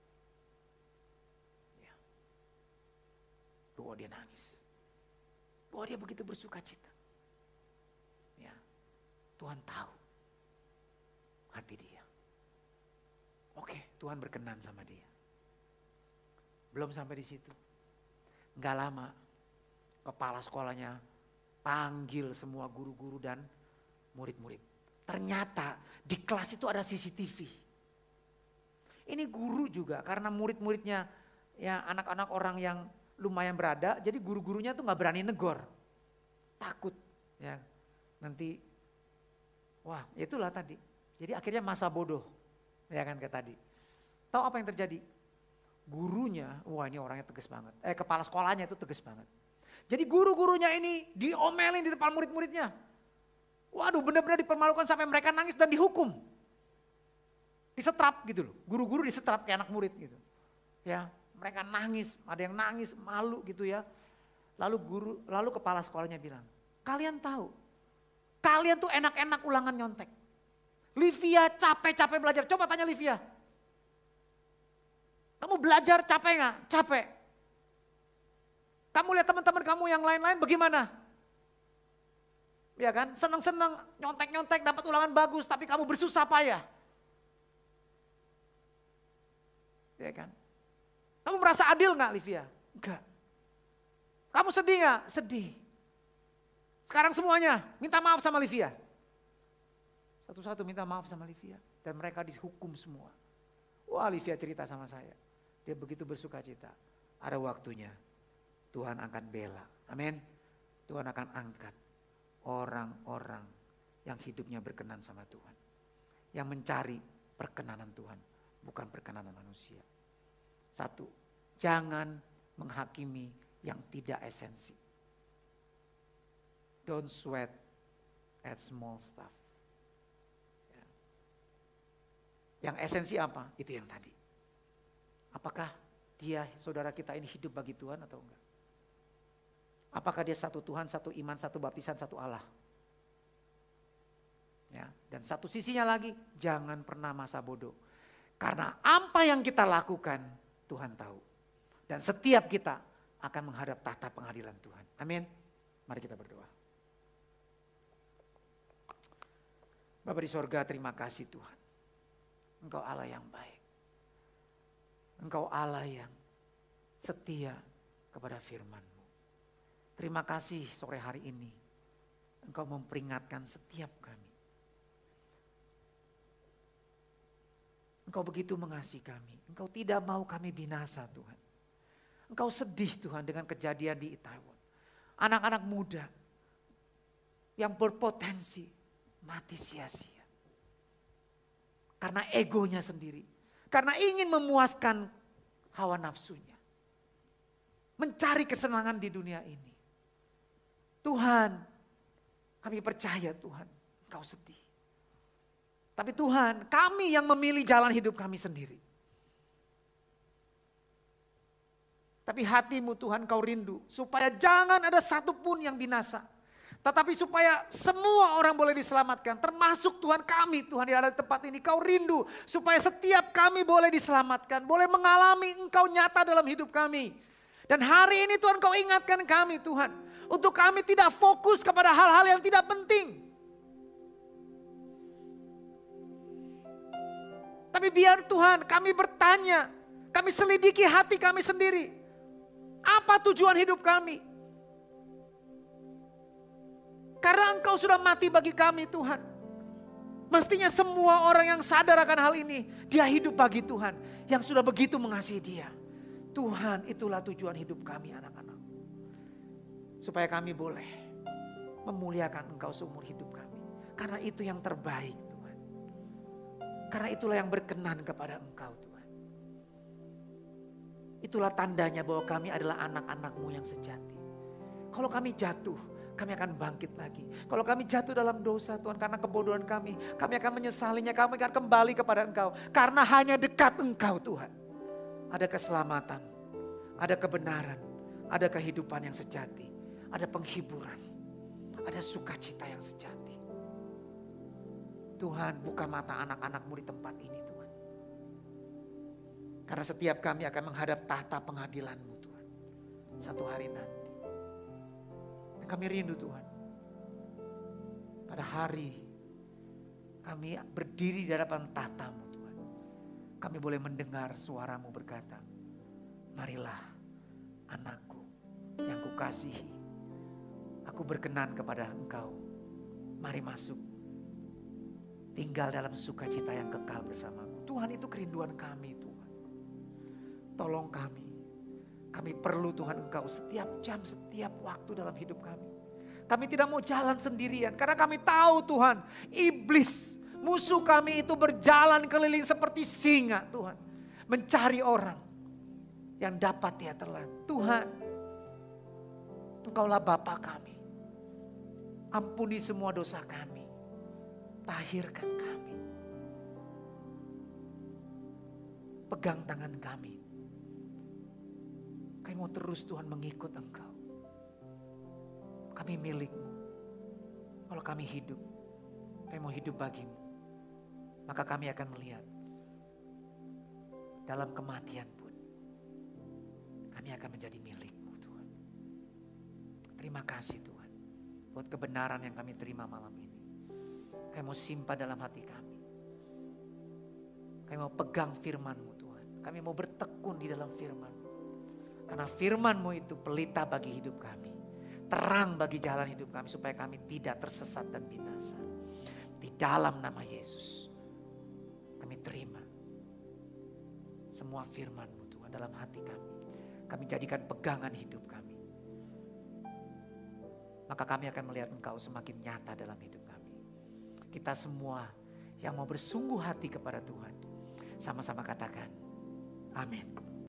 Bahwa dia nangis. Bahwa dia begitu bersuka cita. Ya, Tuhan tahu hati dia. Oke, Tuhan berkenan sama dia. Belum sampai di situ. Enggak lama, kepala sekolahnya panggil semua guru-guru dan murid-murid. Ternyata di kelas itu ada CCTV. Ini guru juga karena murid-muridnya ya anak-anak orang yang lumayan berada, jadi guru-gurunya tuh gak berani negor. Takut ya nanti Wah, itulah tadi. Jadi akhirnya masa bodoh. Ya kan kayak tadi. Tahu apa yang terjadi? Gurunya, wah ini orangnya tegas banget. Kepala sekolahnya itu tegas banget. Jadi guru-gurunya ini diomelin di depan murid-muridnya. Waduh, benar-benar dipermalukan sampai mereka nangis dan dihukum. Disetrap gitu loh. Guru-guru disetrap kayak anak murid gitu. Ya, mereka nangis, ada yang nangis, malu gitu ya. Lalu kepala sekolahnya bilang, kalian tahu, kalian tuh enak-enak ulangan nyontek. Livia capek-capek belajar. Coba tanya Livia. Kamu belajar capek gak? Capek. Kamu lihat teman-teman kamu yang lain-lain bagaimana? Ya kan? Senang-senang, nyontek-nyontek, dapat ulangan bagus, tapi kamu bersusah payah. Ya kan? Kamu merasa adil gak Livia? Enggak. Kamu sedih gak? Sedih. Sekarang semuanya minta maaf sama Livia. Satu-satu minta maaf sama Livia. Dan mereka dihukum semua. Wah, Livia cerita sama saya. Dia begitu bersuka cita. Ada waktunya Tuhan akan bela. Amin. Tuhan akan angkat orang-orang yang hidupnya berkenan sama Tuhan. Yang mencari perkenanan Tuhan. Bukan perkenanan manusia. Satu, jangan menghakimi yang tidak esensi. Don't sweat at small stuff. Yang esensi apa? Itu yang tadi. Apakah dia, saudara kita ini hidup bagi Tuhan atau enggak? Apakah dia satu Tuhan, satu iman, satu baptisan, satu Allah? Ya, dan satu sisinya lagi, jangan pernah masa bodoh. Karena apa yang kita lakukan, Tuhan tahu. Dan setiap kita akan menghadap tahta pengadilan Tuhan. Amin. Mari kita berdoa. Bapa di sorga, terima kasih Tuhan. Engkau Allah yang baik. Engkau Allah yang setia kepada firman-Mu. Terima kasih sore hari ini. Engkau memperingatkan setiap kami. Engkau begitu mengasihi kami. Engkau tidak mau kami binasa Tuhan. Engkau sedih Tuhan dengan kejadian di Itaewon. Anak-anak muda yang berpotensi mati sia-sia. Karena egonya sendiri. Karena ingin memuaskan hawa nafsunya. Mencari kesenangan di dunia ini. Tuhan, kami percaya Tuhan, Engkau sedih. Tapi Tuhan, kami yang memilih jalan hidup kami sendiri. Tapi hatimu Tuhan Kau rindu. Supaya jangan ada satupun yang binasa. Tetapi supaya semua orang boleh diselamatkan. Termasuk Tuhan kami, Tuhan yang ada di tempat ini. Kau rindu supaya setiap kami boleh diselamatkan. Boleh mengalami Engkau nyata dalam hidup kami. Dan hari ini Tuhan Kau ingatkan kami Tuhan. Untuk kami tidak fokus kepada hal-hal yang tidak penting. Tapi biar Tuhan kami bertanya. Kami selidiki hati kami sendiri. Apa tujuan hidup kami? Karena Engkau sudah mati bagi kami Tuhan. Mestinya semua orang yang sadar akan hal ini. Dia hidup bagi Tuhan. Yang sudah begitu mengasihi dia. Tuhan, itulah tujuan hidup kami anak-anak. Supaya kami boleh memuliakan Engkau seumur hidup kami. Karena itu yang terbaik Tuhan. Karena itulah yang berkenan kepada Engkau Tuhan. Itulah tandanya bahwa kami adalah anak-anak-Mu yang sejati. Kalau kami jatuh, kami akan bangkit lagi. Kalau kami jatuh dalam dosa Tuhan karena kebodohan kami akan menyesalinya, kami akan kembali kepada Engkau. Karena hanya dekat Engkau Tuhan. Ada keselamatan, ada kebenaran, ada kehidupan yang sejati, ada penghiburan, ada sukacita yang sejati. Tuhan, buka mata anak-anak-Mu di tempat ini Tuhan. Karena setiap kami akan menghadap tahta pengadilan-Mu Tuhan. Satu hari nanti. Dan kami rindu Tuhan. Pada hari kami berdiri di hadapan tahta-Mu Tuhan. Kami boleh mendengar suara-Mu berkata, marilah anakku yang kukasihi. Aku berkenan kepada Engkau. Mari masuk. Tinggal dalam sukacita yang kekal bersamamu. Tuhan, itu kerinduan kami Tuhan. Tolong kami. Kami perlu Tuhan Engkau setiap jam, setiap waktu dalam hidup kami. Kami tidak mau jalan sendirian. Karena kami tahu Tuhan, iblis, musuh kami itu berjalan keliling seperti singa Tuhan. Mencari orang yang dapat dia telan. Tuhan, Engkaulah Bapa kami. Ampuni semua dosa kami. Tahirkan kami. Pegang tangan kami. Kami mau terus Tuhan mengikut Engkau. Kami milik-Mu. Kalau kami hidup, kami mau hidup bagi-Mu. Maka kami akan melihat dalam kematian pun kami akan menjadi milik-Mu Tuhan. Terima kasih Tuhan buat kebenaran yang kami terima malam ini. Kami mau simpan dalam hati kami. Kami mau pegang firman-Mu Tuhan. Kami mau bertekun di dalam firman-Mu. Karena firman-Mu itu pelita bagi hidup kami. Terang bagi jalan hidup kami supaya kami tidak tersesat dan binasa. Di dalam nama Yesus kami terima semua firman-Mu Tuhan dalam hati kami. Kami jadikan pegangan hidup kami. Maka kami akan melihat Engkau semakin nyata dalam hidup kami. Kita semua yang mau bersungguh hati kepada Tuhan, sama-sama katakan amin.